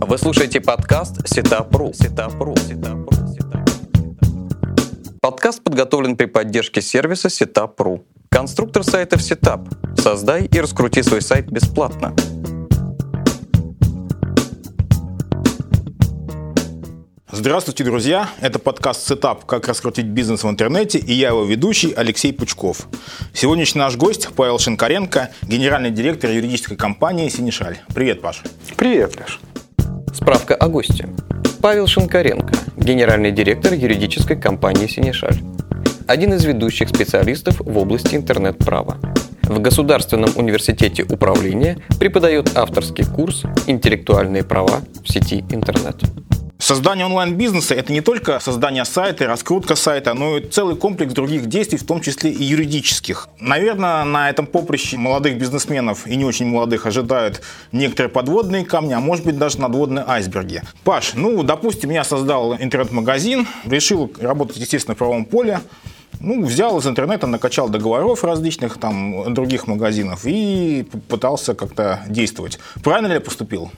Вы слушаете подкаст Setup.ru. Подкаст подготовлен при поддержке сервиса Setup.ru. Конструктор сайтов Setup. Создай и раскрути свой сайт бесплатно. Здравствуйте, друзья! Это подкаст Setup «Как раскрутить бизнес в интернете» и я его ведущий Алексей Пучков. Сегодняшний наш гость Павел Шинкаренко, генеральный директор юридической компании «Синишаль». Привет, Паш. Привет, Леш. Справка о госте. Павел Шинкаренко, генеральный директор юридической компании «Синишаль». Один из ведущих специалистов в области интернет-права. В Государственном университете управления преподает авторский курс «Интеллектуальные права в сети интернет». Создание онлайн-бизнеса – это не только создание сайта, раскрутка сайта, но и целый комплекс других действий, в том числе и юридических. Наверное, на этом поприще молодых бизнесменов и не очень молодых ожидают некоторые подводные камни, а может быть даже надводные айсберги. Паш, допустим, я создал интернет-магазин, решил работать, естественно, в правовом поле. Взял из интернета, накачал договоров различных других магазинов и пытался как-то действовать. Правильно ли я поступил?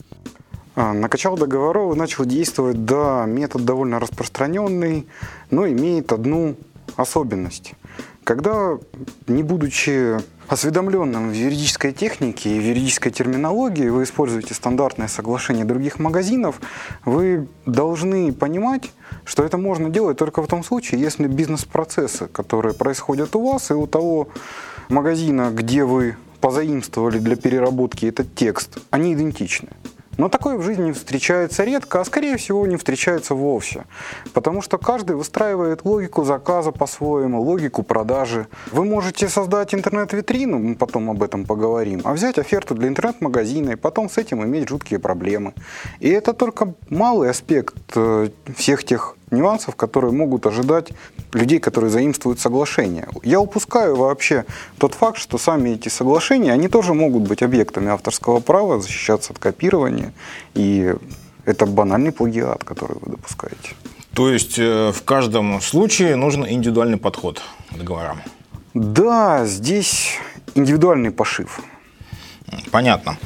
Накачал договоров и начал действовать, да, метод довольно распространенный, но имеет одну особенность. Когда, не будучи осведомленным в юридической технике и в юридической терминологии, вы используете стандартное соглашение других магазинов, вы должны понимать, что это можно делать только в том случае, если бизнес-процессы, которые происходят у вас и у того магазина, где вы позаимствовали для переработки этот текст, они идентичны. Но такое в жизни встречается редко, а скорее всего не встречается вовсе. Потому что каждый выстраивает логику заказа по-своему, логику продажи. Вы можете создать интернет-витрину, мы потом об этом поговорим, а взять оферту для интернет-магазина и потом с этим иметь жуткие проблемы. И это только малый аспект всех тех нюансов, которые могут ожидать людей, которые заимствуют соглашения. Я упускаю вообще тот факт, что сами эти соглашения, они тоже могут быть объектами авторского права, защищаться от копирования, и это банальный плагиат, который вы допускаете. То есть в каждом случае нужен индивидуальный подход к договорам? Да, здесь индивидуальный пошив. Понятно.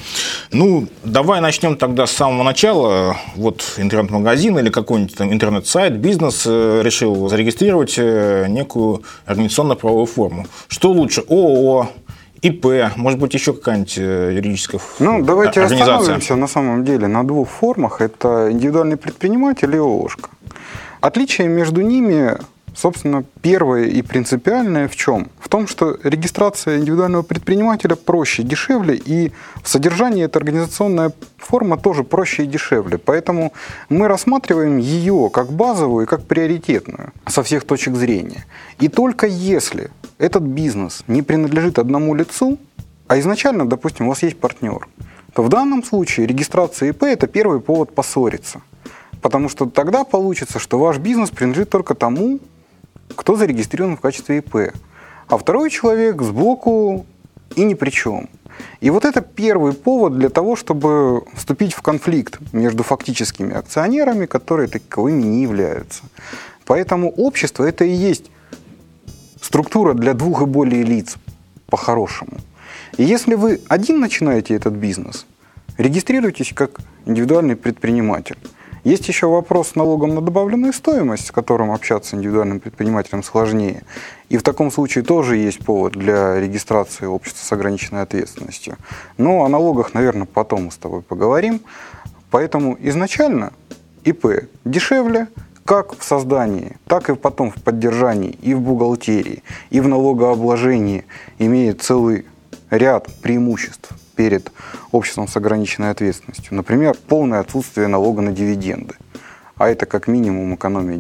Давай начнем тогда с самого начала. Вот интернет-магазин или какой-нибудь интернет-сайт, бизнес решил зарегистрировать некую организационно-правовую форму. Что лучше, ООО, ИП, может быть, еще какая-нибудь юридическая организация? Давайте остановимся на самом деле на двух формах. Это индивидуальный предприниматель и ООшка. Отличие между ними, собственно, первое и принципиальное в чем? В том, что регистрация индивидуального предпринимателя проще, дешевле, и в содержании эта организационная форма тоже проще и дешевле. Поэтому мы рассматриваем ее как базовую и как приоритетную со всех точек зрения. И только если этот бизнес не принадлежит одному лицу, а изначально, допустим, у вас есть партнер, то в данном случае регистрация ИП – это первый повод поссориться. Потому что тогда получится, что ваш бизнес принадлежит только тому, кто зарегистрирован в качестве ИП, а второй человек сбоку и ни при чем. И вот это первый повод для того, чтобы вступить в конфликт между фактическими акционерами, которые таковыми не являются. Поэтому общество – это и есть структура для двух и более лиц, по-хорошему. И если вы один начинаете этот бизнес, регистрируйтесь как индивидуальный предприниматель. Есть еще вопрос с налогом на добавленную стоимость, с которым общаться с индивидуальным предпринимателем сложнее. И в таком случае тоже есть повод для регистрации общества с ограниченной ответственностью. Но о налогах, наверное, потом мы с тобой поговорим. Поэтому изначально ИП дешевле, как в создании, так и потом в поддержании, и в бухгалтерии, и в налогообложении имеет целый ряд преимуществ перед обществом с ограниченной ответственностью. Например, полное отсутствие налога на дивиденды. А это как минимум экономия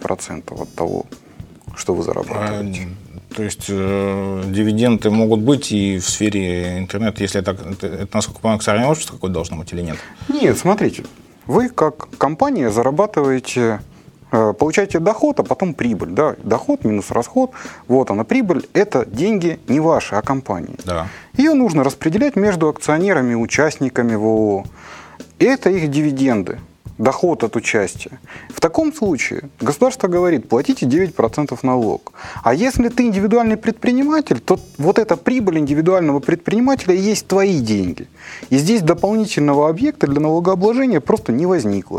9% от того, что вы зарабатываете. То есть дивиденды могут быть и в сфере интернета, если это насколько понимаю, акционерное общество какое-то должно быть или нет? Нет, смотрите, вы как компания зарабатываете, получаете доход, а потом прибыль. Да? Доход минус расход, вот она прибыль, это деньги не ваши, а компании. Да. Ее нужно распределять между акционерами, участниками в ООО. И это их дивиденды. доход от участия, в таком случае государство говорит, платите 9% налог. А если ты индивидуальный предприниматель, то вот эта прибыль индивидуального предпринимателя и есть твои деньги. И здесь дополнительного объекта для налогообложения просто не возникло.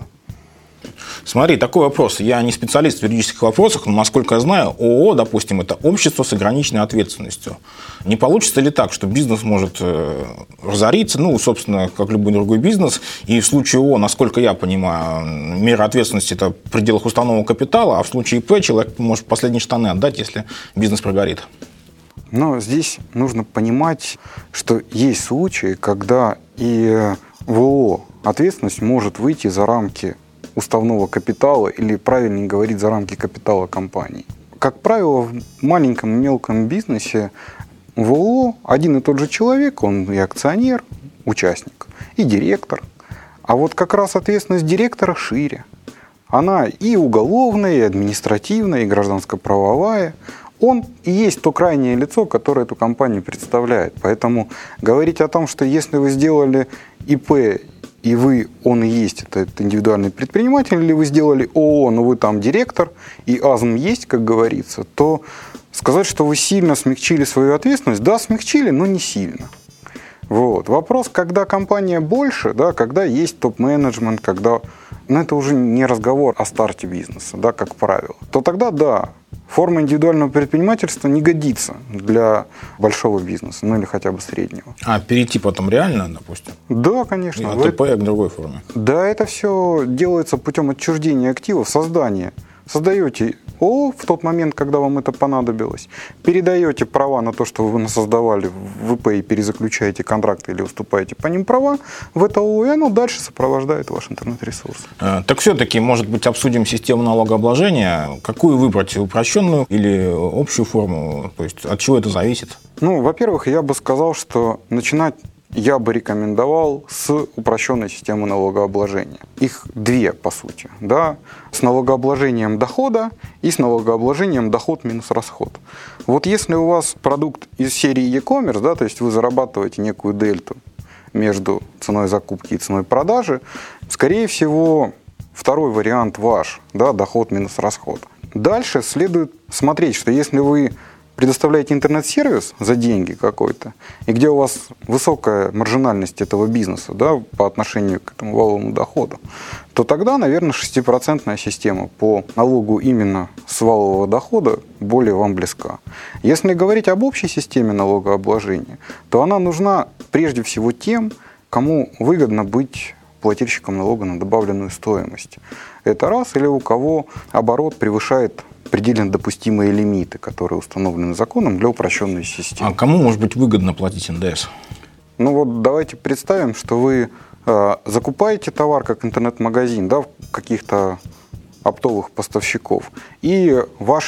Смотри, такой вопрос. Я не специалист в юридических вопросах, но, насколько я знаю, ООО, допустим, это общество с ограниченной ответственностью. Не получится ли так, что бизнес может разориться, собственно, как любой другой бизнес, и в случае ООО, насколько я понимаю, мера ответственности – это в пределах уставного капитала, а в случае ИП человек может последние штаны отдать, если бизнес прогорит? Но здесь нужно понимать, что есть случаи, когда и в ООО ответственность может выйти за рамки уставного капитала или, правильнее говорить, за рамки капитала компании. Как правило, в маленьком и мелком бизнесе в ООО один и тот же человек, он и акционер, участник, и директор. А вот как раз ответственность директора шире. Она и уголовная, и административная, и гражданско-правовая. Он и есть то крайнее лицо, которое эту компанию представляет. Поэтому говорить о том, что если вы сделали ИП, и он и есть этот индивидуальный предприниматель, или вы сделали ООО, но вы там директор, и АЗМ есть, как говорится, то сказать, что вы сильно смягчили свою ответственность, да, смягчили, но не сильно. Вот. Вопрос, когда компания больше, да, когда есть топ-менеджмент, когда... Но это уже не разговор о старте бизнеса, да, как правило. То тогда, да, форма индивидуального предпринимательства не годится для большого бизнеса, или хотя бы среднего. А перейти потом реально, допустим? Да, конечно. От ИП к другой форме? Да, это все делается путем отчуждения активов, создания. Создаете ООО в тот момент, когда вам это понадобилось, передаете права на то, что вы создавали в ИП и перезаключаете контракты или уступаете по ним права в это ООО, и оно дальше сопровождает ваш интернет-ресурс. Так все-таки, может быть, обсудим систему налогообложения. Какую выбрать, упрощенную или общую форму? То есть от чего это зависит? Во-первых, я бы сказал, что начинать я бы рекомендовал с упрощенной системы налогообложения. Их две, по сути. Да? С налогообложением дохода и с налогообложением доход минус расход. Вот если у вас продукт из серии e-commerce, да, то есть вы зарабатываете некую дельту между ценой закупки и ценой продажи, скорее всего, второй вариант ваш, да, доход минус расход. Дальше следует смотреть, что если вы предоставляете интернет-сервис за деньги какой-то, и где у вас высокая маржинальность этого бизнеса, да, по отношению к этому валовому доходу, то тогда, наверное, 6% система по налогу именно с валового дохода более вам близка. Если говорить об общей системе налогообложения, то она нужна прежде всего тем, кому выгодно быть плательщиком налога на добавленную стоимость. Это раз, или у кого оборот превышает предельно допустимые лимиты, которые установлены законом для упрощенной системы. А кому может быть выгодно платить НДС? Давайте представим, что вы закупаете товар как интернет-магазин, да, в каких-то оптовых поставщиков, и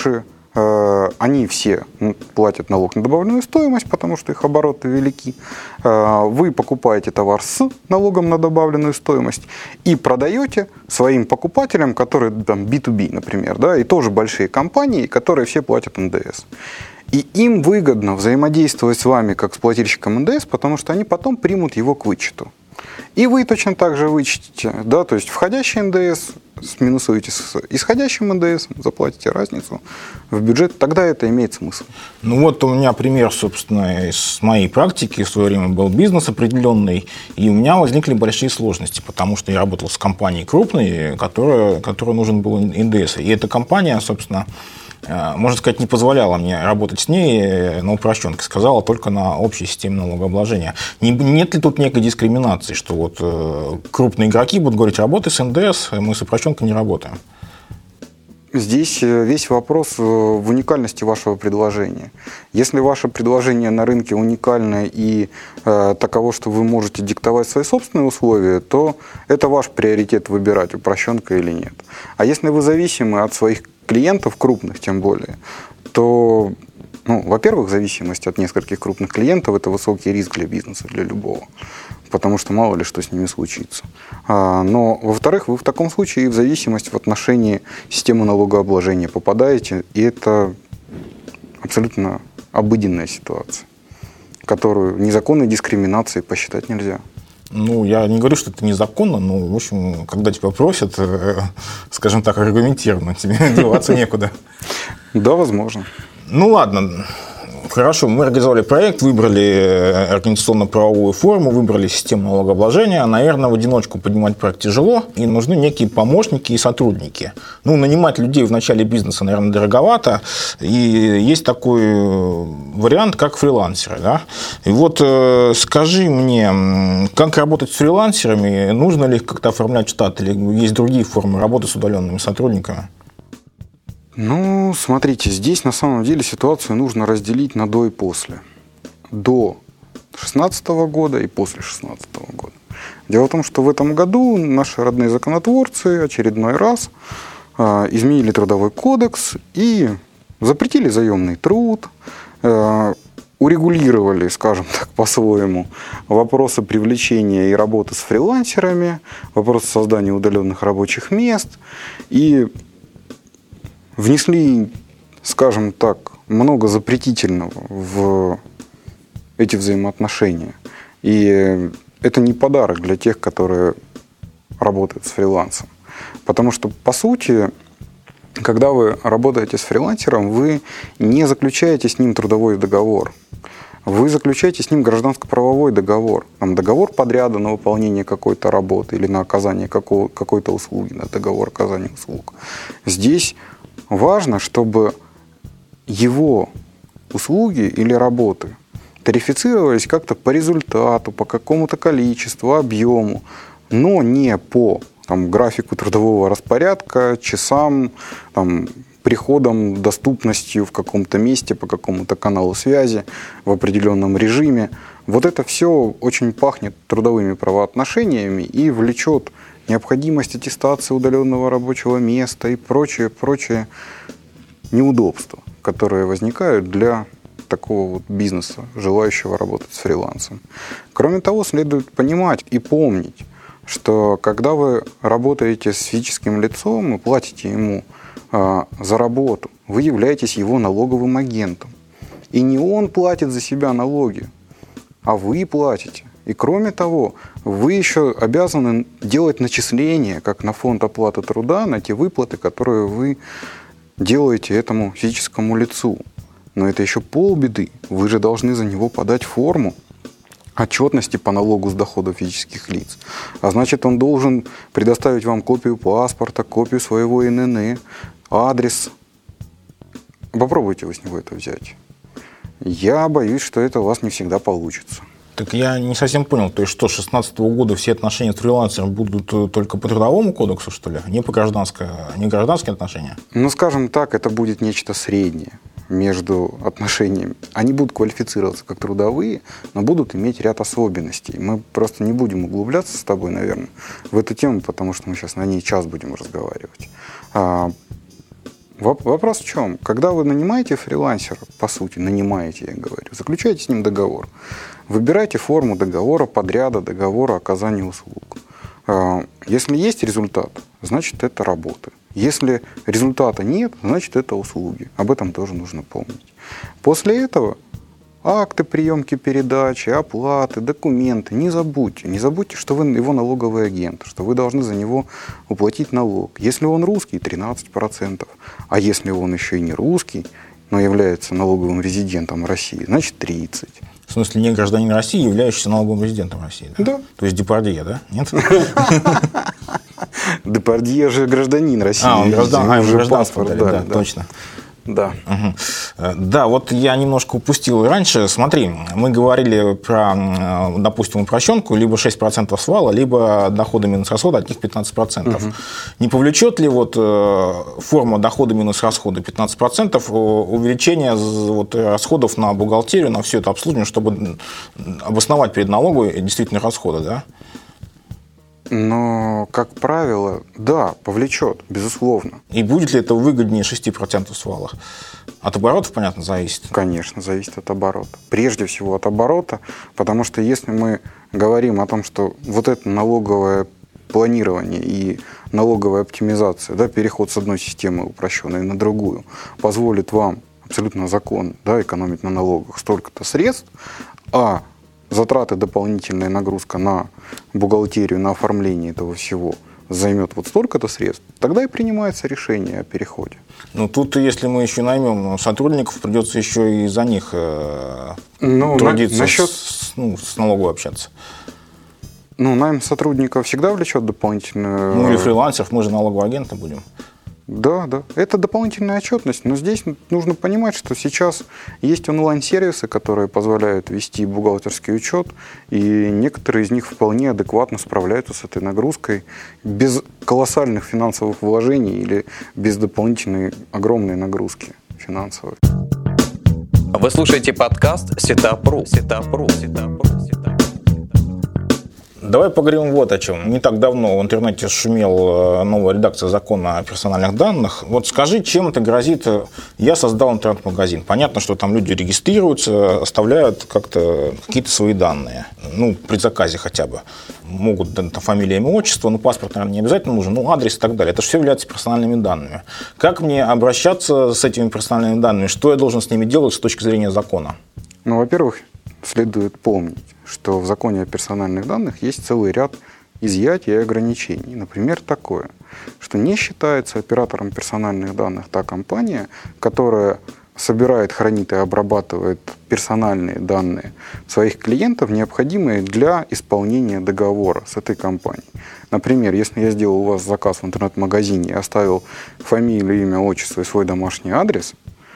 они все платят налог на добавленную стоимость, потому что их обороты велики. Вы покупаете товар с налогом на добавленную стоимость и продаете своим покупателям, которые там B2B, например, да, и тоже большие компании, которые все платят НДС. И им выгодно взаимодействовать с вами как с плательщиком НДС, потому что они потом примут его к вычету. И вы точно так же вычтете, да, то есть входящий НДС сминусуете с исходящим НДС, заплатите разницу в бюджет, тогда это имеет смысл. У меня пример, собственно, из моей практики. В свое время был бизнес определенный, и у меня возникли большие сложности, потому что я работал с компанией крупной, которой нужен был НДС. И эта компания, собственно, можно сказать, не позволяла мне работать с ней на упрощенке, сказала только на общей системе налогообложения. Нет ли тут некой дискриминации, что крупные игроки будут говорить, работай с НДС, мы с упрощенкой не работаем? Здесь весь вопрос в уникальности вашего предложения. Если ваше предложение на рынке уникальное и таково, что вы можете диктовать свои собственные условия, то это ваш приоритет выбирать, упрощенка или нет. А если вы зависимы от своих клиентов, крупных тем более, то, во-первых, зависимость от нескольких крупных клиентов – это высокий риск для бизнеса, для любого, потому что мало ли что с ними случится. Но, во-вторых, вы в таком случае и в зависимость в отношении системы налогообложения попадаете, и это абсолютно обыденная ситуация, которую незаконной дискриминацией посчитать нельзя. Ну, я не говорю, что это незаконно, но, в общем, когда тебя просят, скажем так, аргументированно, тебе деваться некуда. Да, возможно. Ну, ладно. Хорошо, мы организовали проект, выбрали организационно-правовую форму, выбрали систему налогообложения. Наверное, в одиночку поднимать проект тяжело, и нужны некие помощники и сотрудники. Ну, нанимать людей в начале бизнеса, наверное, дороговато. И есть такой вариант, как фрилансеры. Да? И вот скажи мне, как работать с фрилансерами? Нужно ли их как-то оформлять в штат? Или есть другие формы работы с удаленными сотрудниками? Ну, смотрите, здесь на самом деле ситуацию нужно разделить на до и после. До 2016 года и после 2016 года. Дело в том, что в этом году наши родные законотворцы очередной раз изменили трудовой кодекс и запретили заемный труд, урегулировали, скажем так, по-своему, вопросы привлечения и работы с фрилансерами, вопросы создания удаленных рабочих мест и внесли, скажем так, много запретительного в эти взаимоотношения. И это не подарок для тех, которые работают с фрилансом. Потому что, по сути, когда вы работаете с фрилансером, вы не заключаете с ним трудовой договор. Вы заключаете с ним гражданско-правовой договор. Там договор подряда на выполнение какой-то работы или на оказание какой-то услуги, на договор оказания услуг. Здесь важно, чтобы его услуги или работы тарифицировались как-то по результату, по какому-то количеству, объему, но не по графику трудового распорядка, часам, приходам, доступностью в каком-то месте, по какому-то каналу связи, в определенном режиме. Вот это все очень пахнет трудовыми правоотношениями и влечет необходимость аттестации удаленного рабочего места и прочие неудобства, которые возникают для такого вот бизнеса, желающего работать с фрилансом. Кроме того, следует понимать и помнить, что когда вы работаете с физическим лицом и платите ему за работу, вы являетесь его налоговым агентом. И не он платит за себя налоги, а вы платите. И кроме того, вы еще обязаны делать начисления, как на фонд оплаты труда, на те выплаты, которые вы делаете этому физическому лицу. Но это еще полбеды. Вы же должны за него подать форму отчетности по налогу с дохода физических лиц. А значит, он должен предоставить вам копию паспорта, копию своего ИНН, адрес. Попробуйте вы с него это взять. Я боюсь, что это у вас не всегда получится. Так я не совсем понял, то есть что, с 2016 года все отношения с фрилансером будут только по трудовому кодексу, что ли, не по гражданские отношения? Ну, скажем так, это будет нечто среднее между отношениями. Они будут квалифицироваться как трудовые, но будут иметь ряд особенностей. Мы просто не будем углубляться с тобой, наверное, в эту тему, потому что мы сейчас на ней час будем разговаривать. Вопрос в чем? Когда вы нанимаете фрилансера, по сути, нанимаете, я говорю, заключаете с ним договор, выбирайте форму договора подряда, договора оказания услуг. Если есть результат, значит, это работа. Если результата нет, значит, это услуги. Об этом тоже нужно помнить. После этого акты приемки передачи, оплаты, документы. Не забудьте. Не забудьте, что вы его налоговый агент, что вы должны за него уплатить налог. Если он русский, 13%. А если он еще и не русский, но является налоговым резидентом России, значит 30%. В смысле, не гражданин России, являющийся налоговым резидентом России? Да. Да. То есть Депардье, да? Нет? Депардье же гражданин России. Он уже паспорт, да, точно. Да. Угу. Да, вот я немножко упустил раньше. Смотри, мы говорили про, допустим, упрощенку, либо 6% свала, либо доходы минус расходы, от них 15%. Угу. Не повлечет ли вот форма дохода минус расходы 15% увеличение вот расходов на бухгалтерию, на все это обслуживание, чтобы обосновать перед налоговой действительно расходы, да? Но, как правило, да, повлечет, безусловно. И будет ли это выгоднее 6% свала? От оборотов, понятно, зависит? Конечно, зависит от оборота. Прежде всего от оборота, потому что если мы говорим о том, что вот это налоговое планирование и налоговая оптимизация, да, переход с одной системы упрощенной на другую, позволит вам абсолютно законно, да, экономить на налогах столько-то средств, а затраты, дополнительная нагрузка на бухгалтерию, на оформление этого всего займет вот столько-то средств, тогда и принимается решение о переходе. Ну, тут, если мы еще наймем сотрудников, придется еще и за них трудиться, с налоговой общаться. Ну, найм сотрудников всегда влечет дополнительную... Ну, или фрилансеров, мы же налоговые агенты будем. Да. Это дополнительная отчетность, но здесь нужно понимать, что сейчас есть онлайн-сервисы, которые позволяют вести бухгалтерский учет, и некоторые из них вполне адекватно справляются с этой нагрузкой без колоссальных финансовых вложений или без дополнительной огромной нагрузки финансовой. Вы слушаете подкаст Setup.ru. Давай поговорим вот о чем. Не так давно в интернете шумела новая редакция закона о персональных данных. Вот скажи, чем это грозит? Я создал интернет-магазин. Понятно, что там люди регистрируются, оставляют как-то какие-то свои данные. Ну, при заказе хотя бы. Могут там фамилия, имя, отчество, паспорт, наверное, не обязательно нужен, адрес и так далее. Это же все является персональными данными. Как мне обращаться с этими персональными данными? Что я должен с ними делать с точки зрения закона? Ну, во-первых, следует помнить, что в законе о персональных данных есть целый ряд изъятий и ограничений. Например, такое, что не считается оператором персональных данных та компания, которая собирает, хранит и обрабатывает персональные данные своих клиентов, необходимые для исполнения договора с этой компанией. Например, если я сделал у вас заказ в интернет-магазине и оставил фамилию, имя, отчество и свой домашний адрес,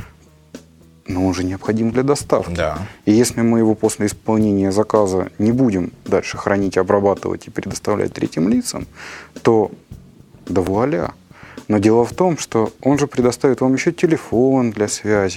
но он же необходим для доставки. Да. И если мы его после исполнения заказа не будем дальше хранить, обрабатывать и предоставлять третьим лицам, то да вуаля. Но дело в том, что он же предоставит вам еще телефон для связи,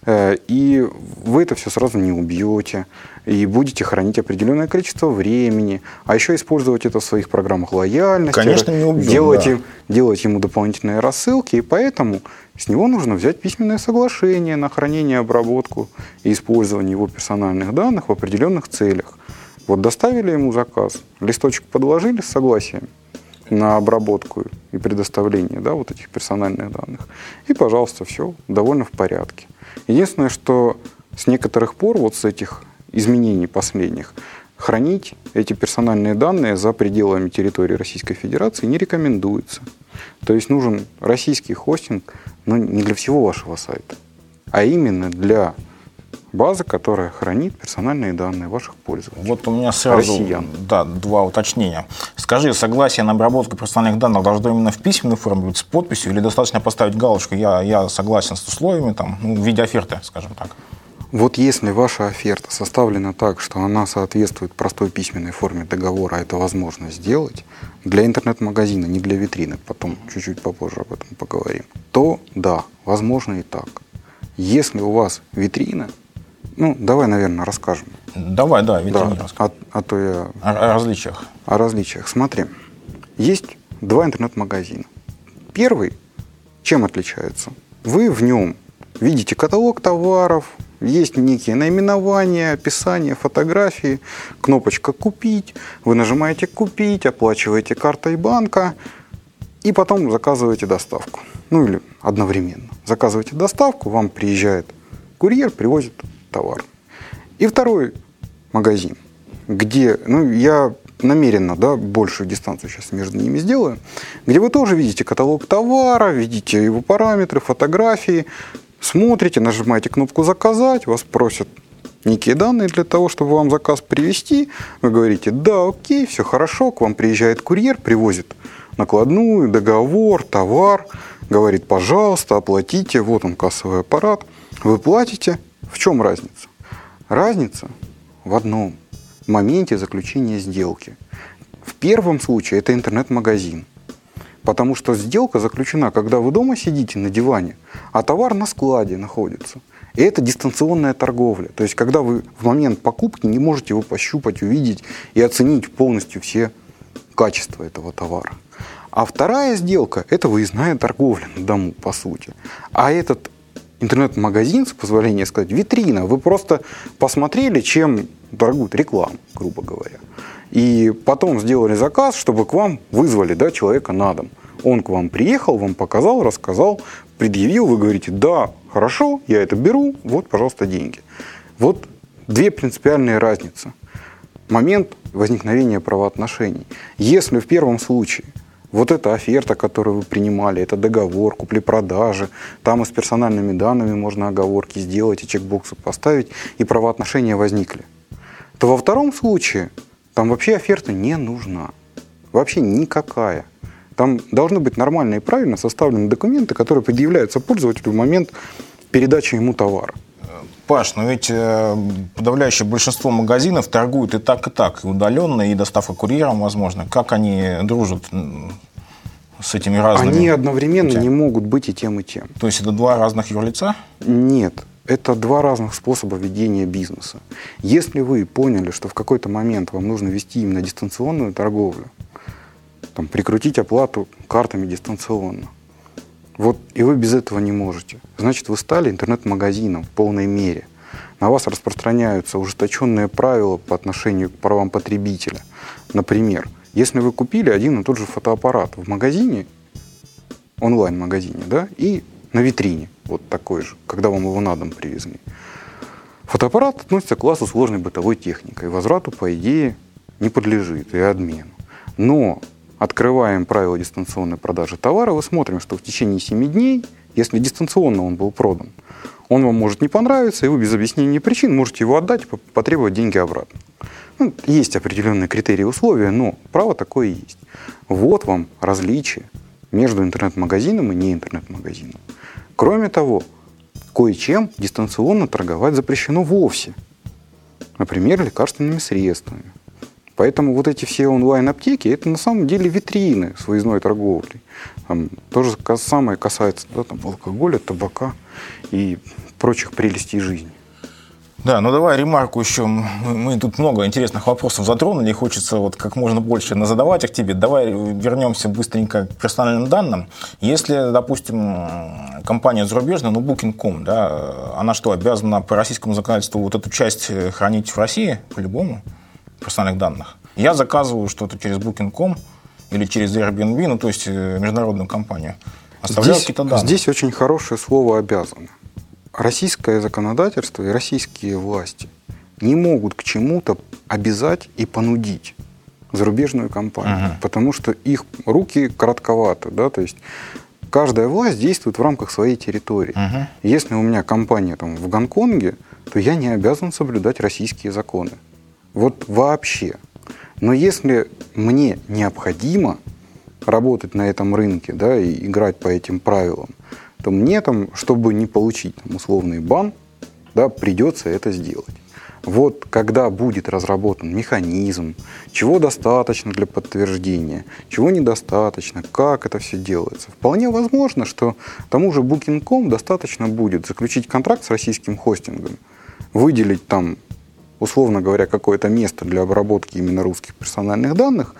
и вы это все сразу не убьете, и будете хранить определенное количество времени, а еще использовать это в своих программах лояльности, конечно, не убьем, делать ему дополнительные рассылки, и поэтому с него нужно взять письменное соглашение на хранение, обработку и использование его персональных данных в определенных целях. Вот доставили ему заказ, листочек подложили с согласием на обработку и предоставление, вот этих персональных данных. И, пожалуйста, все довольно в порядке. Единственное, что с некоторых пор, вот с этих изменений последних, хранить эти персональные данные за пределами территории Российской Федерации не рекомендуется. То есть нужен российский хостинг, но не для всего вашего сайта, а именно для базы, которая хранит персональные данные ваших пользователей. Вот у меня сразу два уточнения. Скажи, согласие на обработку персональных данных должно именно в письменной форме быть с подписью или достаточно поставить галочку «Я согласен с условиями», в виде оферты, скажем так? Вот если ваша оферта составлена так, что она соответствует простой письменной форме договора, это возможно сделать, для интернет-магазина, не для витрины, потом чуть-чуть попозже об этом поговорим, то да, возможно и так. Если у вас витрина, давай, наверное, расскажем. Давай, витрина расскажем. А то я... О различиях. О различиях. Смотри, есть два интернет-магазина. Первый чем отличается? Вы в нем видите каталог товаров, есть некие наименования, описания, фотографии, кнопочка «Купить», вы нажимаете «Купить», оплачиваете картой банка и потом заказываете доставку. Или одновременно. Заказываете доставку, вам приезжает курьер, привозит товар. И второй магазин, где, я намеренно, большую дистанцию сейчас между ними сделаю, где вы тоже видите каталог товара, видите его параметры, фотографии, смотрите, нажимаете кнопку «Заказать», вас просят некие данные для того, чтобы вам заказ привезти. Вы говорите «Да, окей, все хорошо», к вам приезжает курьер, привозит накладную, договор, товар, говорит «Пожалуйста, оплатите», вот он кассовый аппарат, вы платите. В чем разница? Разница в одном – моменте заключения сделки. В первом случае это интернет-магазин. Потому что сделка заключена, когда вы дома сидите на диване, а товар на складе находится. И это дистанционная торговля. То есть, когда вы в момент покупки не можете его пощупать, увидеть и оценить полностью все качества этого товара. А вторая сделка – это выездная торговля на дому, по сути. А этот интернет-магазин, с позволения сказать, витрина. Вы просто посмотрели, чем торгуют, рекламу, грубо говоря. И потом сделали заказ, чтобы к вам вызвали человека на дом. Он к вам приехал, вам показал, рассказал, предъявил. Вы говорите, да, хорошо, я это беру, вот, пожалуйста, деньги. Вот две принципиальные разницы. Момент возникновения правоотношений. Если в первом случае вот эта оферта, которую вы принимали, это договор купли-продажи, там и с персональными данными можно оговорки сделать и чекбоксы поставить, и правоотношения возникли, то во втором случае там вообще оферта не нужна. Вообще никакая. Там должны быть нормально и правильно составлены документы, которые предъявляются пользователю в момент передачи ему товара. Паш, но ведь подавляющее большинство магазинов торгуют и так, и удаленно, и доставка курьером, возможно. Как они дружат с этими разными? Они одновременно не могут быть и тем, и тем. То есть это два разных юрлица? Нет. Это два разных способа ведения бизнеса. Если вы поняли, что в какой-то момент вам нужно вести именно дистанционную торговлю, там, прикрутить оплату картами дистанционно, вот, и вы без этого не можете. Значит, вы стали интернет-магазином в полной мере. На вас распространяются ужесточенные правила по отношению к правам потребителя. Например, если вы купили один и тот же фотоаппарат в магазине, онлайн-магазине, да, и на витрине, вот такой же, когда вам его на дом привезли. Фотоаппарат относится к классу сложной бытовой техники, и возврату, по идее, не подлежит, и обмену. Но открываем правила дистанционной продажи товара, мы смотрим, что в течение 7 дней, если дистанционно он был продан, он вам может не понравиться, и вы без объяснения причин можете его отдать и потребовать деньги обратно. Ну, есть определенные критерии и условия, но право такое есть. Вот вам различие между интернет-магазином и не интернет-магазином. Кроме того, кое-чем дистанционно торговать запрещено вовсе. Например, лекарственными средствами. Поэтому вот эти все онлайн-аптеки, это на самом деле витрины с выездной торговлей. Там то же самое касается, да, там, алкоголя, табака и прочих прелестей жизни. Да, ну давай ремарку еще. Мы тут много интересных вопросов затронули, хочется вот как можно больше задавать их тебе. Давай вернемся быстренько к персональным данным. Если, допустим, компания зарубежная, ну, Booking.com, да, она что, обязана по российскому законодательству вот эту часть хранить в России по-любому, персональных данных? Я заказываю что-то через Booking.com или через Airbnb, ну, то есть международную компанию. Оставляю какие-то данные. Здесь очень хорошее слово «обязаны». Российское законодательство и российские власти не могут к чему-то обязать и понудить зарубежную компанию, потому что их руки коротковаты, да, то есть каждая власть действует в рамках своей территории. Если у меня компания там в Гонконге, то я не обязан соблюдать российские законы. Вот вообще. Но если мне необходимо работать на этом рынке, да, и играть по этим правилам, то мне там, чтобы не получить там условный бан, да, придется это сделать. Вот когда будет разработан механизм, чего достаточно для подтверждения, чего недостаточно, как это все делается, вполне возможно, что тому же Booking.com достаточно будет заключить контракт с российским хостингом, выделить там, условно говоря, какое-то место для обработки именно русских персональных данных,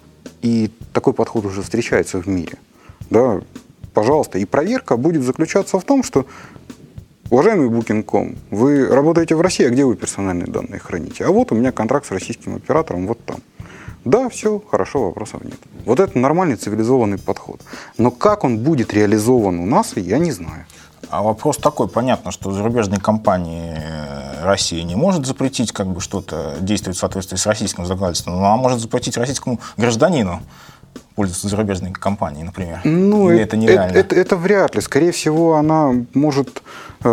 и такой подход уже встречается в мире. Да, пожалуйста, и проверка будет заключаться в том, что, уважаемый Booking.com, вы работаете в России, а где вы персональные данные храните? А вот у меня контракт с российским оператором вот там. Да, все, хорошо, вопросов нет. Вот это нормальный цивилизованный подход. Но как он будет реализован у нас, я не знаю. А вопрос такой, понятно, что зарубежные компании России не может запретить как бы что-то действовать в соответствии с российским законодательством, но она может запретить российскому гражданину пользоваться зарубежной компанией, например. Ну, или это нереально? Это вряд ли. Скорее всего, она может,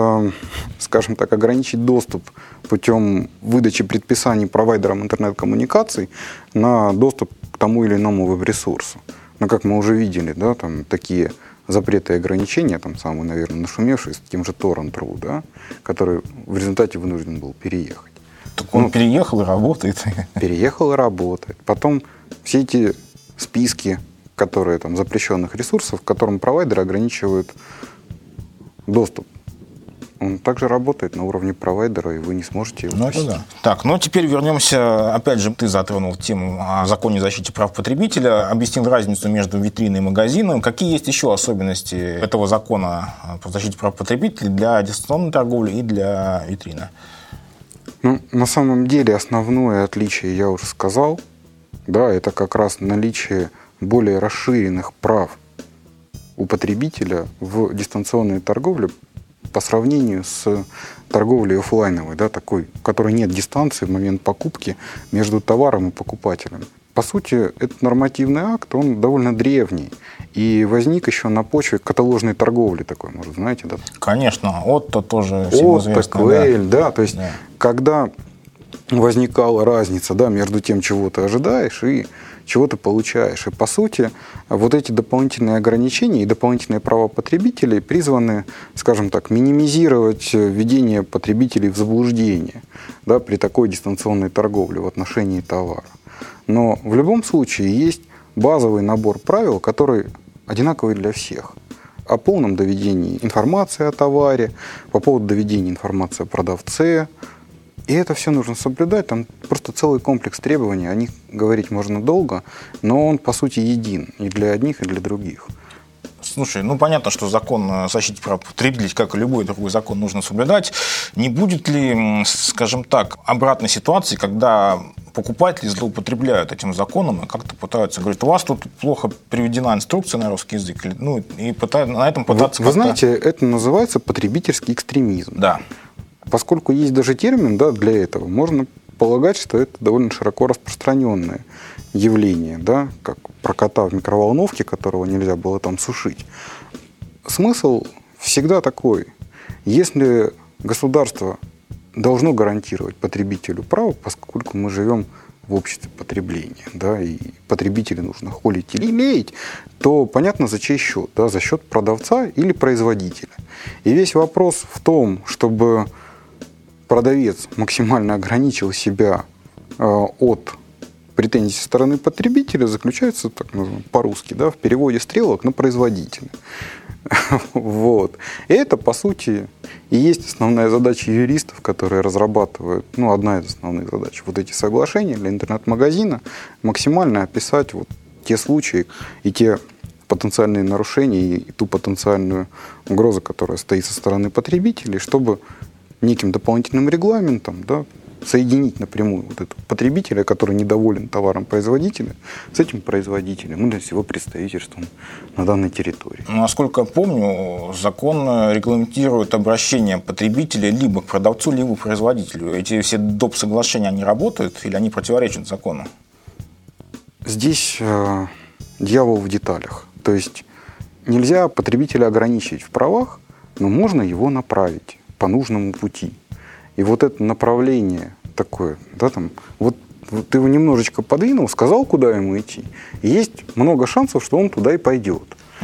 скажем так, ограничить доступ путем выдачи предписаний провайдерам интернет-коммуникаций на доступ к тому или иному веб-ресурсу. Но, как мы уже видели, да, там такие запреты и ограничения, там самый, наверное, нашумевший, с тем же Торрент.ру, да, который в результате вынужден был переехать. Так он переехал и работает. Переехал и работает. Потом все эти списки, которые там запрещенных ресурсов, которым провайдеры ограничивают доступ. Он также работает на уровне провайдера, и вы не сможете его это да. Так, ну теперь вернемся, опять же, ты затронул тему о законе о защите прав потребителя, объяснил разницу между витриной и магазином. Какие есть еще особенности этого закона по защите прав потребителей для дистанционной торговли и для витрины? Ну, на самом деле основное отличие я уже сказал. Да, это как раз наличие более расширенных прав у потребителя в дистанционной торговле по сравнению с торговлей офлайновой, да, такой, в которой нет дистанции в момент покупки между товаром и покупателем. По сути, этот нормативный акт, он довольно древний и возник еще на почве каталожной торговли такой, может, знаете, да? Конечно, Отто тоже всем известно. Отто, Квейль, да, то есть когда возникала разница, да, между тем, чего ты ожидаешь и чего ты получаешь. И, по сути, вот эти дополнительные ограничения и дополнительные права потребителей призваны, скажем так, минимизировать введение потребителей в заблуждение, да, при такой дистанционной торговле в отношении товара. Но в любом случае есть базовый набор правил, который одинаковый для всех. О полном доведении информации о товаре, по поводу доведения информации о продавце. И это все нужно соблюдать. Там просто целый комплекс требований. О них говорить можно долго, но он, по сути, един и для одних, и для других. Слушай, ну понятно, что закон о защите прав потребителей, как и любой другой закон, нужно соблюдать. Не будет ли, скажем так, обратной ситуации, когда покупатели злоупотребляют этим законом и как-то пытаются говорить, у вас тут плохо приведена инструкция на русский язык, ну, и на этом пытаться... Вы знаете, это называется потребительский экстремизм. Да. Поскольку есть даже термин, да, для этого, можно полагать, что это довольно широко распространенное явление, да, как про кота в микроволновке, которого нельзя было там сушить. Смысл всегда такой. Если государство должно гарантировать потребителю право, поскольку мы живем в обществе потребления, да, и потребителя нужно холить или леять, то понятно, за чей счет, да, за счет продавца или производителя. И весь вопрос в том, чтобы продавец максимально ограничил себя от претензий со стороны потребителя, заключается, так называемый, по-русски, да, в переводе стрелок на производителя. Вот. И это, по сути, и есть основная задача юристов, которые разрабатывают, ну, одна из основных задач, вот эти соглашения для интернет-магазина, максимально описать вот те случаи и те потенциальные нарушения и ту потенциальную угрозу, которая стоит со стороны потребителей, чтобы неким дополнительным регламентом, да, соединить напрямую вот этого потребителя, который недоволен товаром производителя, с этим производителем или с его представительством на данной территории. Насколько я помню, закон регламентирует обращение потребителя либо к продавцу, либо к производителю. Эти все доп. Соглашения, они работают или они противоречат закону? Здесь дьявол в деталях. То есть нельзя потребителя ограничить в правах, но можно его направить по нужному пути. И вот это направление такое, да, там, вот ты его немножечко подвинул, сказал, куда ему идти, и есть много шансов, что он туда и пойдет.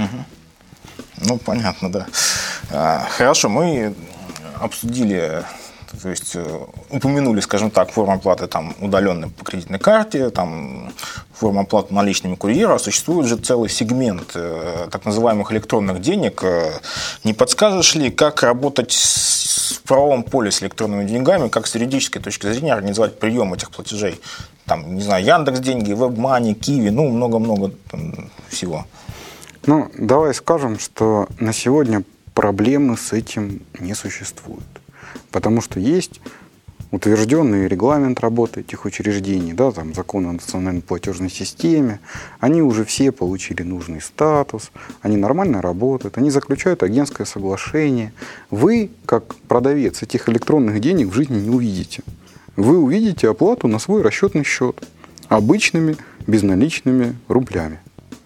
Угу. Ну, понятно, да. Хорошо, мы обсудили, то есть упомянули, скажем так, форму оплаты там, удаленной по кредитной карте, там, форму оплаты наличными курьера. Существует же целый сегмент так называемых электронных денег. Не подскажешь ли, как работать в правовом поле с электронными деньгами, как с юридической точки зрения организовать прием этих платежей? Там, не знаю, Яндекс.Деньги, WebMoney, Киви, ну, много-много всего. Ну, давай скажем, что на сегодня проблемы с этим не существует. Потому что есть утвержденный регламент работы этих учреждений, да, там закон о национальной платежной системе, они уже все получили нужный статус, они нормально работают, они заключают агентское соглашение. Вы, как продавец этих электронных денег, в жизни не увидите. Вы увидите оплату на свой расчетный счет обычными безналичными рублями.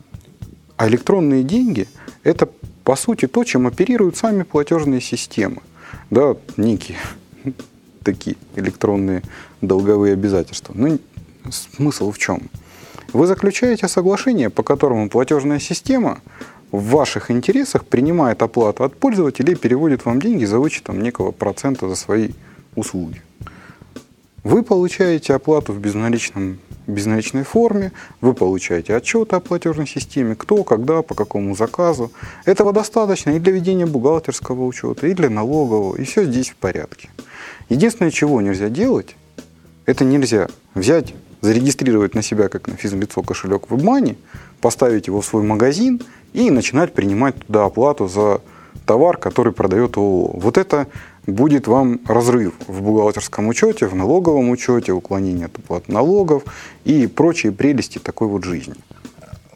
А электронные деньги – это, по сути, то, чем оперируют сами платежные системы. Да, некие такие электронные долговые обязательства. Но смысл в чем? Вы заключаете соглашение, по которому платежная система в ваших интересах принимает оплату от пользователя и переводит вам деньги за вычетом некого процента за свои услуги. Вы получаете оплату в безналичной форме, вы получаете отчеты о платежной системе, кто, когда, по какому заказу. Этого достаточно и для ведения бухгалтерского учета, и для налогового, и все здесь в порядке. Единственное, чего нельзя делать, это нельзя взять, зарегистрировать на себя, как на физлицо, кошелек WebMoney, поставить его в свой магазин и начинать принимать туда оплату за товар, который продает ООО. Вот это будет вам разрыв в бухгалтерском учете, в налоговом учете, уклонение от уплаты налогов и прочие прелести такой вот жизни.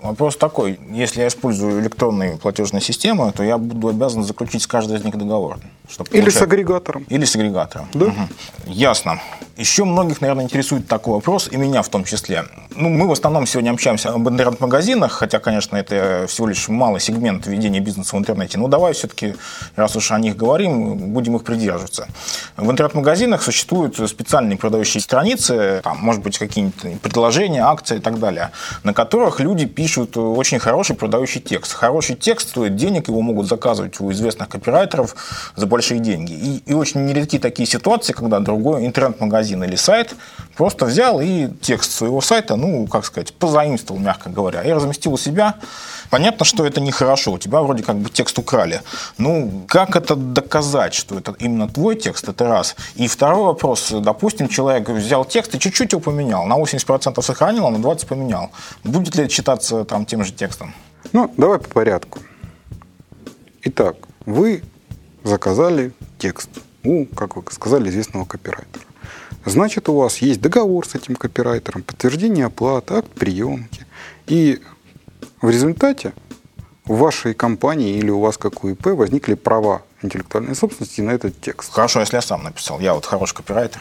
Вопрос такой. Если я использую электронные платежные системы, то я буду обязан заключить с каждой из них договор. Или с агрегатором. Или с агрегатором. Да. Угу. Ясно. Еще многих, наверное, интересует такой вопрос, и меня в том числе. Мы в основном сегодня общаемся об интернет-магазинах, хотя, конечно, это всего лишь малый сегмент ведения бизнеса в интернете. Но давай все-таки, раз уж о них говорим, будем их придерживаться. В интернет-магазинах существуют специальные продающие страницы, там, может быть, какие-нибудь предложения, акции и так далее, на которых люди пишут очень хороший продающий текст. Хороший текст стоит денег, его могут заказывать у известных копирайтеров за большие деньги. И очень нередки такие ситуации, когда другой интернет-магазин или сайт просто взял и текст своего сайта, позаимствовал, мягко говоря, и разместил у себя. Понятно, что это нехорошо, у тебя вроде как бы текст украли. Как это доказать, что это именно твой текст, это раз. И второй вопрос, допустим, человек взял текст и чуть-чуть его поменял, на 80% сохранил, а на 20% поменял. Будет ли это считаться тем же текстом? Давай по порядку. Итак, вы заказали текст у, как вы сказали, известного копирайтера. Значит, у вас есть договор с этим копирайтером, подтверждение оплаты, акт приемки. И в результате в вашей компании или у вас как у ИП возникли права интеллектуальной собственности на этот текст. Хорошо, если я сам написал. Я хороший копирайтер.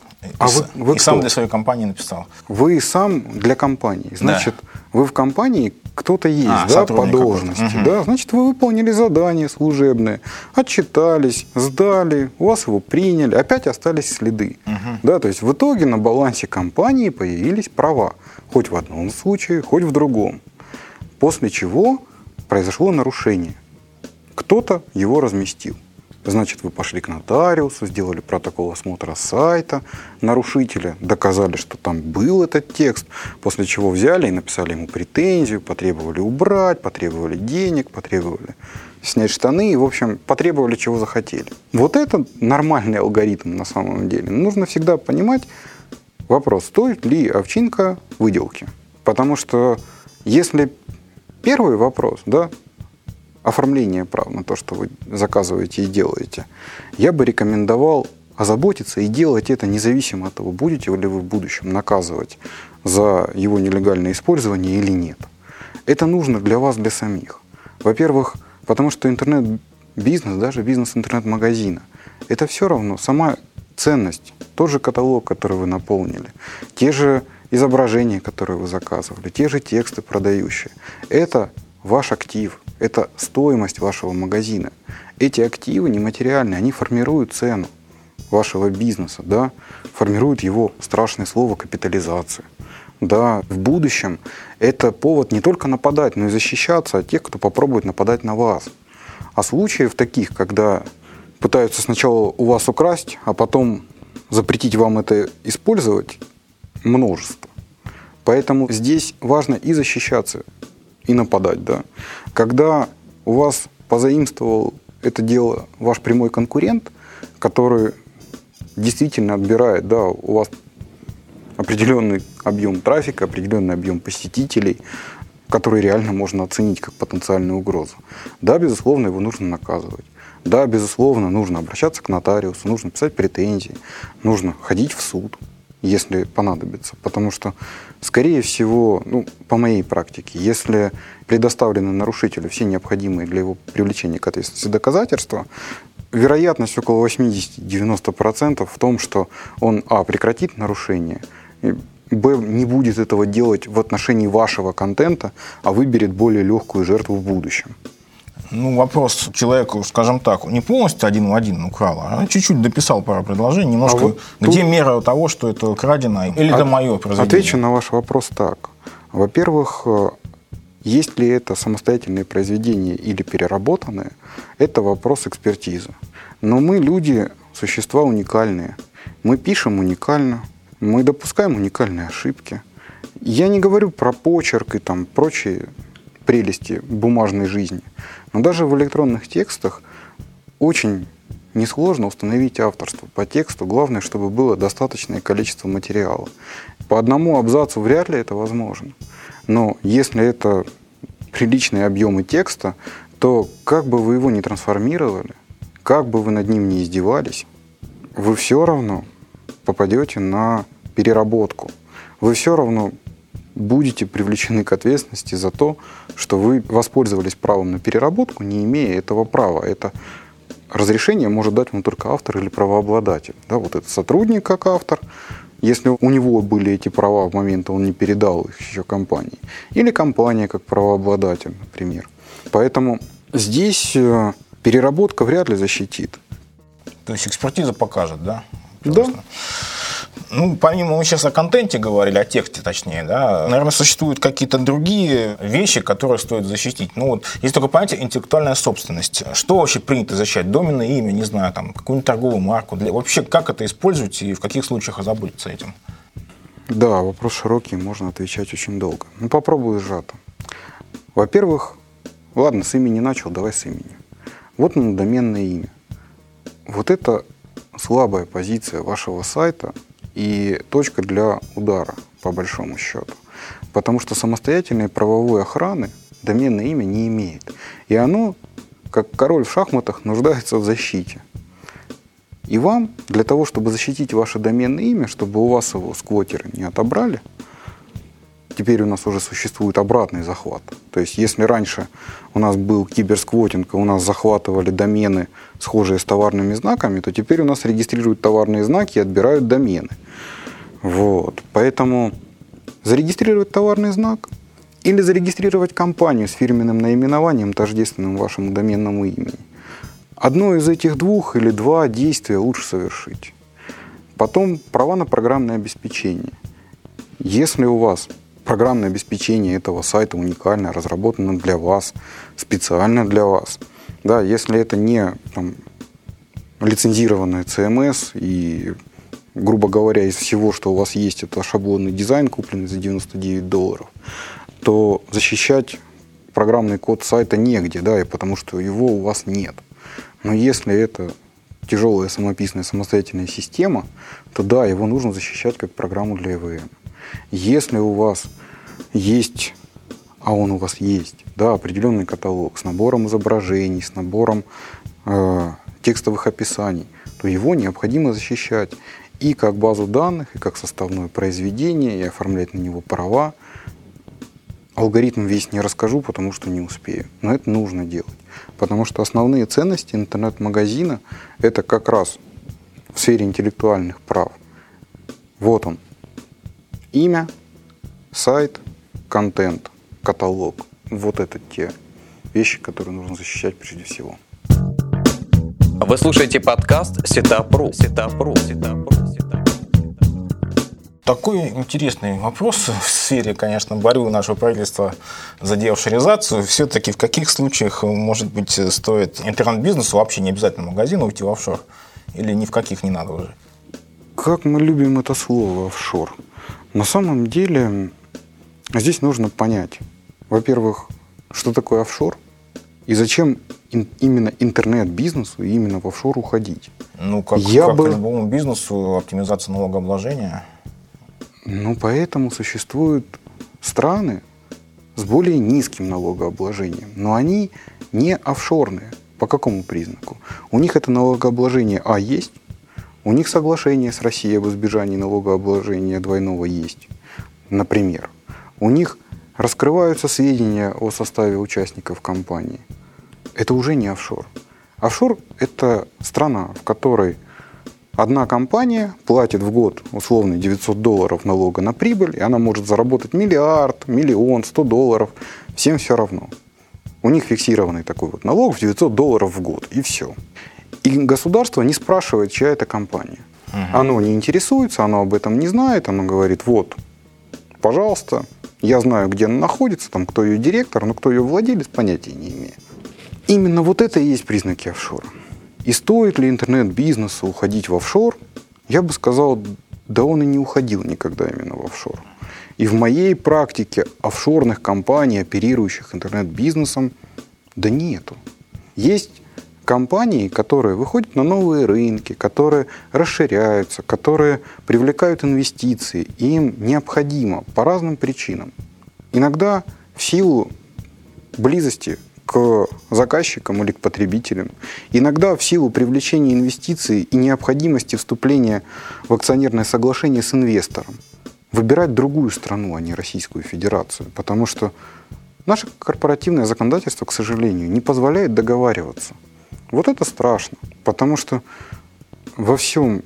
Вы сам для своей компании написал. Вы сам для компании. Значит, вы в компании, кто-то есть, по должности. Угу. Да? Значит, вы выполнили задание служебное, отчитались, сдали, у вас его приняли, опять остались следы. Угу. Да? То есть в итоге на балансе компании появились права. Хоть в одном случае, хоть в другом. После чего произошло нарушение. Кто-то его разместил. Значит, вы пошли к нотариусу, сделали протокол осмотра сайта нарушителя, доказали, что там был этот текст, после чего взяли и написали ему претензию, потребовали убрать, потребовали денег, потребовали снять штаны и, в общем, потребовали, чего захотели. Вот это нормальный алгоритм на самом деле. Нужно всегда понимать вопрос, стоит ли овчинка выделки. Потому что если первый вопрос, оформление прав на то, что вы заказываете и делаете, я бы рекомендовал озаботиться и делать это независимо от того, будете ли вы в будущем наказывать за его нелегальное использование или нет. Это нужно для вас, для самих. Во-первых, потому что интернет-бизнес, даже бизнес интернет-магазина, это все равно сама ценность, тот же каталог, который вы наполнили, те же изображения, которые вы заказывали, те же тексты продающие. Это ваш актив, это стоимость вашего магазина. Эти активы нематериальные, они формируют цену вашего бизнеса, формируют его страшное слово капитализация. В будущем это повод не только нападать, но и защищаться от тех, кто попробует нападать на вас. А случаев таких, когда пытаются сначала у вас украсть, а потом запретить вам это использовать, множество. Поэтому здесь важно и защищаться, и нападать, Когда у вас позаимствовал это дело ваш прямой конкурент, который действительно отбирает, у вас определенный объем трафика, определенный объем посетителей, который реально можно оценить как потенциальную угрозу. Безусловно, его нужно наказывать. Безусловно, нужно обращаться к нотариусу, нужно писать претензии, нужно ходить в суд, если понадобится. Потому что, скорее всего, по моей практике, если предоставлены нарушителю все необходимые для его привлечения к ответственности доказательства, вероятность около 80-90% в том, что он, прекратит нарушение, не будет этого делать в отношении вашего контента, а выберет более легкую жертву в будущем. Вопрос человеку, скажем так, не полностью один в один украл, а чуть-чуть дописал пару предложений, немножко, где мера того, что это крадено, или это мое произведение? Отвечу на ваш вопрос так. Во-первых, есть ли это самостоятельное произведение или переработанное, это вопрос экспертизы. Но мы, люди, существа уникальные. Мы пишем уникально, мы допускаем уникальные ошибки. Я не говорю про почерк и прочие прелести бумажной жизни. Но даже в электронных текстах очень несложно установить авторство по тексту. Главное, чтобы было достаточное количество материала. По одному абзацу вряд ли это возможно. Но если это приличные объемы текста, то как бы вы его ни трансформировали, как бы вы над ним ни издевались, вы все равно попадете на переработку. Вы все равно будете привлечены к ответственности за то, что вы воспользовались правом на переработку, не имея этого права. Это разрешение может дать вам только автор или правообладатель. Да, вот это сотрудник как автор, если у него были эти права в момент, он не передал их еще компании. Или компания как правообладатель, например. Поэтому здесь переработка вряд ли защитит. То есть экспертиза покажет, да? Да. Ну, помимо, мы сейчас о контенте говорили, о тексте точнее, да, наверное, существуют какие-то другие вещи, которые стоит защитить. Ну, вот есть такое понятие интеллектуальная собственность. Что вообще принято защищать? Доменное имя, не знаю, там, какую-нибудь торговую марку. Вообще, как это использовать и в каких случаях озаботиться этим? Да, вопрос широкий, можно отвечать очень долго. Ну, попробую сжато. Во-первых, ладно, с имени начал, давай с имени. Вот оно, доменное имя. Вот это слабая позиция вашего сайта и точка для удара, по большому счету. Потому что самостоятельной правовой охраны доменное имя не имеет. И оно, как король в шахматах, нуждается в защите. И вам, для того, чтобы защитить ваше доменное имя, чтобы у вас его сквотеры не отобрали, теперь у нас уже существует обратный захват. То есть, если раньше у нас был киберсквотинг, и у нас захватывали домены, схожие с товарными знаками, то теперь у нас регистрируют товарные знаки и отбирают домены. Вот. Поэтому зарегистрировать товарный знак или зарегистрировать компанию с фирменным наименованием, тождественным вашему доменному имени. Одно из этих двух или два действия лучше совершить. Потом права на программное обеспечение. Если у вас программное обеспечение этого сайта уникально, разработано для вас, специально для вас. Да, если это не там, лицензированное CMS и, грубо говоря, из всего, что у вас есть, это шаблонный дизайн, купленный за $99, то защищать программный код сайта негде, да, и потому что его у вас нет. Но если это тяжелая самописная самостоятельная система, то да, его нужно защищать как программу для EVM. Если у вас есть, а он у вас есть, да, определенный каталог с набором изображений, с набором текстовых описаний, то его необходимо защищать и как базу данных, и как составное произведение, и оформлять на него права. Алгоритм весь не расскажу, потому что не успею. Но это нужно делать. Потому что основные ценности интернет-магазина – это как раз в сфере интеллектуальных прав. Вот он. Имя, сайт, контент, каталог. Вот это те вещи, которые нужно защищать прежде всего. Вы слушаете подкаст Setup.ru. Такой интересный вопрос в сфере, конечно, борьбы нашего правительства за деофшоризацию. Все-таки в каких случаях, может быть, стоит интернет-бизнесу, вообще не обязательно магазину, уйти в офшор? Или ни в каких не надо уже? Как мы любим это слово «офшор». На самом деле здесь нужно понять, во-первых, что такое офшор и зачем именно интернет-бизнесу и именно в офшор уходить. Ну, как любому бизнесу, оптимизация налогообложения. Ну, поэтому существуют страны с более низким налогообложением, но они не офшорные. По какому признаку? У них это налогообложение есть, у них соглашение с Россией об избежании налогообложения двойного есть, например. У них раскрываются сведения о составе участников компании. Это уже не офшор. Офшор – это страна, в которой одна компания платит в год условно $900 налога на прибыль, и она может заработать $1, $1 $100. Всем все равно. У них фиксированный такой вот налог в $900 в год, и все. И государство не спрашивает, чья это компания. Оно не интересуется, оно об этом не знает, оно говорит, вот, пожалуйста, я знаю, где она находится, там, кто ее директор, но кто ее владелец, понятия не имею. Именно вот это и есть признаки офшора. И стоит ли интернет-бизнесу уходить в офшор? Я бы сказал, да он и не уходил никогда именно в офшор. И в моей практике офшорных компаний, оперирующих интернет-бизнесом, да нету. Есть компании, которые выходят на новые рынки, которые расширяются, которые привлекают инвестиции, и им необходимо по разным причинам. Иногда в силу близости к заказчикам или к потребителям, иногда в силу привлечения инвестиций и необходимости вступления в акционерное соглашение с инвестором. выбирать другую страну, а не Российскую Федерацию. Потому что наше корпоративное законодательство, к сожалению, не позволяет договариваться. Вот это страшно. Потому что во всем,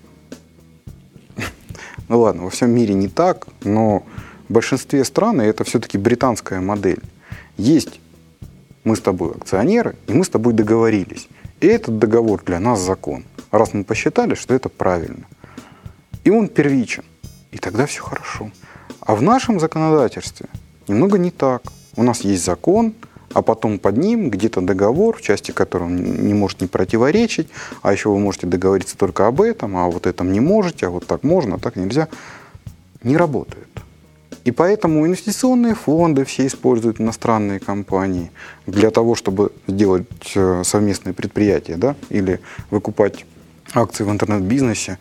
ну ладно, во всем мире не так, но в большинстве стран это все-таки британская модель. Есть мы с тобой акционеры, и мы с тобой договорились. И этот договор для нас закон. Раз мы посчитали, что это правильно. И он первичен. И тогда все хорошо. А в нашем законодательстве немного не так. У нас есть закон, а потом под ним где-то договор, в части которого не может не противоречить, а еще вы можете договориться только об этом, а вот этом не можете, а вот так можно, а так нельзя. Не работает. И поэтому инвестиционные фонды все используют иностранные компании для того, чтобы сделать совместные предприятия, да, или выкупать акции в интернет-бизнесе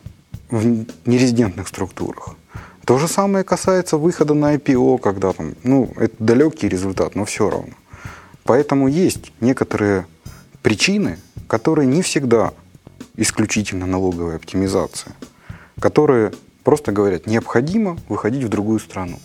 в нерезидентных структурах. То же самое касается выхода на IPO, когда там, это далекий результат, но все равно. Поэтому есть некоторые причины, которые не всегда исключительно налоговая оптимизация, которые просто говорят, необходимо выходить в другую страну.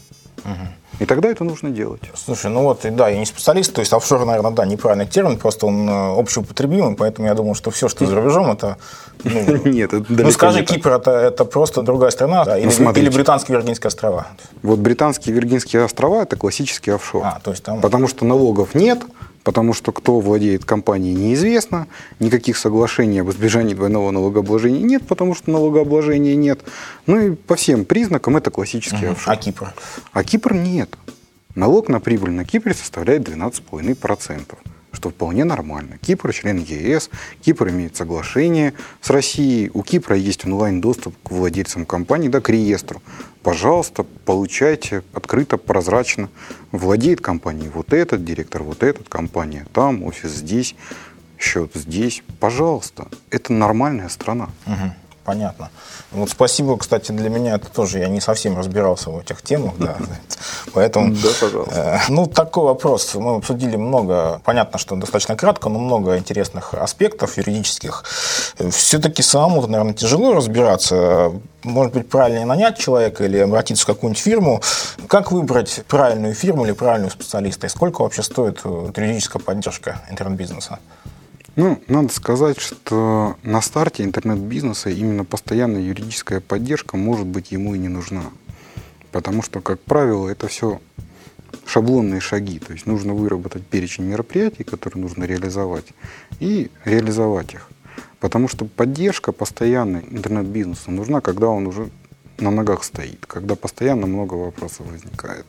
И тогда это нужно делать. Слушай, я не специалист, то есть офшор, наверное, да, неправильный термин, просто он общеупотребимый, поэтому я думаю, что все, что за рубежом, это... Нет, это далеко скажи, не так. Кипр это просто другая страна, да, или Британские Виргинские острова? Вот Британские Виргинские острова – это классический офшор. То есть там... Потому что налогов нет, потому что кто владеет компанией, неизвестно, никаких соглашений об избежании двойного налогообложения нет, потому что налогообложения нет. И по всем признакам это классический офшор. А Кипр? А Кипр нет. Налог на прибыль на Кипре составляет 12,5%, что вполне нормально. Кипр член ЕС, Кипр имеет соглашение с Россией, у Кипра есть онлайн-доступ к владельцам компаний, к реестру. Пожалуйста, получайте открыто, прозрачно. Владеет компанией вот этот, директор вот этот, компания там, офис здесь, счет здесь. Пожалуйста, это нормальная страна. Понятно. Спасибо, кстати, для меня это тоже, я не совсем разбирался в этих темах, да, поэтому... Да, пожалуйста. Такой вопрос. Мы обсудили много, понятно, что достаточно кратко, но много интересных аспектов юридических. Все-таки самому, наверное, тяжело разбираться. Может быть, правильнее нанять человека или обратиться в какую-нибудь фирму. Как выбрать правильную фирму или правильного специалиста? И сколько вообще стоит юридическая поддержка интернет-бизнеса? Надо сказать, что на старте интернет-бизнеса именно постоянная юридическая поддержка, может быть, ему и не нужна. Потому что, как правило, это все шаблонные шаги. То есть нужно выработать перечень мероприятий, которые нужно реализовать, и реализовать их. Потому что поддержка постоянной интернет-бизнеса нужна, когда он уже на ногах стоит, когда постоянно много вопросов возникает.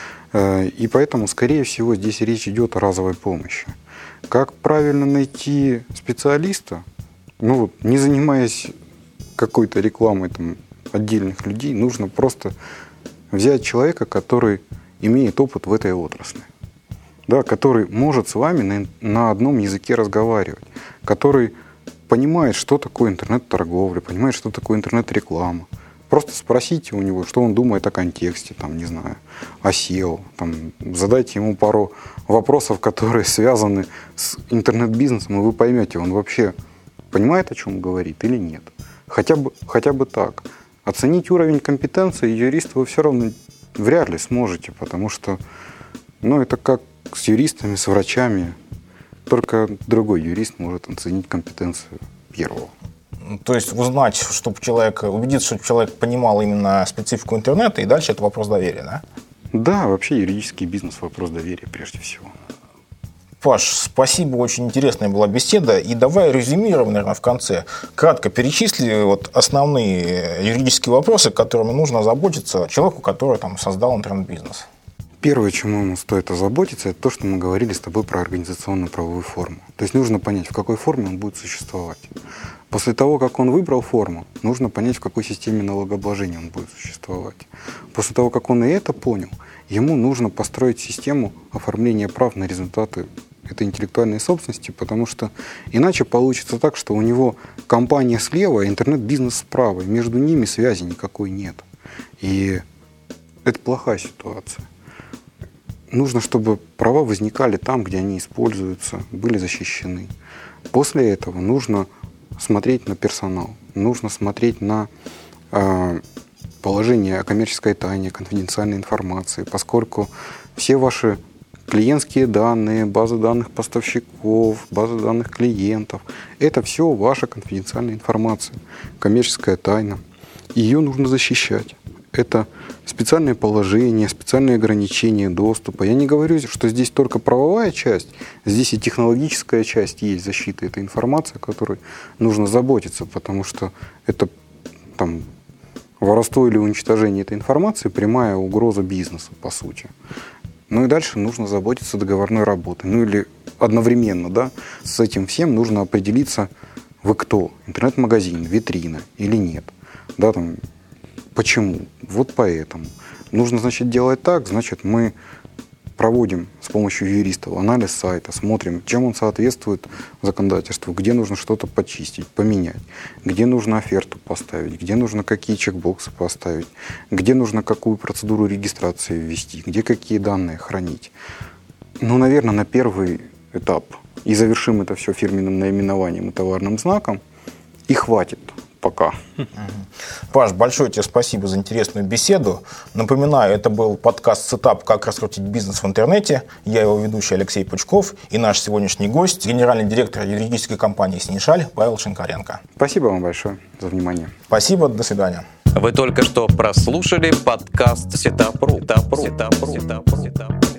И поэтому, скорее всего, здесь речь идет о разовой помощи. Как правильно найти специалиста? Не занимаясь какой-то рекламой отдельных людей, нужно просто взять человека, который имеет опыт в этой отрасли, который может с вами на одном языке разговаривать, который понимает, что такое интернет-торговля, понимает, что такое интернет-реклама. Просто спросите у него, что он думает о контексте, о SEO. Задайте ему пару вопросов, которые связаны с интернет-бизнесом, и вы поймете, он вообще понимает, о чем говорит или нет. Хотя бы так. Оценить уровень компетенции юриста вы все равно вряд ли сможете, потому что это как с юристами, с врачами. Только другой юрист может оценить компетенцию первого. То есть узнать, убедиться, чтобы человек понимал именно специфику интернета, и дальше это вопрос доверия, да? Да, вообще юридический бизнес – вопрос доверия прежде всего. Паш, спасибо, очень интересная была беседа. И давай резюмируем, наверное, в конце. Кратко перечисли основные юридические вопросы, которыми нужно озаботиться человеку, который создал интернет-бизнес. Первое, чему ему стоит озаботиться, это то, что мы говорили с тобой про организационно-правовую форму. То есть нужно понять, в какой форме он будет существовать. После того, как он выбрал форму, нужно понять, в какой системе налогообложения он будет существовать. После того, как он и это понял, ему нужно построить систему оформления прав на результаты этой интеллектуальной собственности, потому что иначе получится так, что у него компания слева, а интернет-бизнес справа, и между ними связи никакой нет. И это плохая ситуация. Нужно, чтобы права возникали там, где они используются, были защищены. После этого нужно смотреть на персонал, нужно смотреть на положение о коммерческой тайне, конфиденциальной информации, поскольку все ваши клиентские данные, базы данных поставщиков, базы данных клиентов, это все ваша конфиденциальная информация, коммерческая тайна. Ее нужно защищать. Это специальные положения, специальные ограничения доступа. Я не говорю, что здесь только правовая часть, здесь и технологическая часть есть защиты этой информации, о которой нужно заботиться, потому что это там, воровство или уничтожение этой информации – прямая угроза бизнесу, по сути. Ну и дальше нужно заботиться договорной работой. Ну или одновременно, да, с этим всем нужно определиться, вы кто, интернет-магазин, витрина или нет. Да, там, почему? Вот поэтому. Нужно, значит, делать так, значит, мы проводим с помощью юристов анализ сайта, смотрим, чем он соответствует законодательству, где нужно что-то почистить, поменять, где нужно оферту поставить, где нужно какие чекбоксы поставить, где нужно какую процедуру регистрации ввести, где какие данные хранить. Ну, наверное, на первый этап. И завершим это все фирменным наименованием и товарным знаком. И хватит пока. Паш, большое тебе спасибо за интересную беседу. Напоминаю, это был подкаст «Сетап. Как раскрутить бизнес в интернете». Я его ведущий Алексей Пучков и наш сегодняшний гость, генеральный директор юридической компании «Синешаль» Павел Шинкаренко. Спасибо вам большое за внимание. Спасибо, до свидания. Вы только что прослушали подкаст Сетап.ру.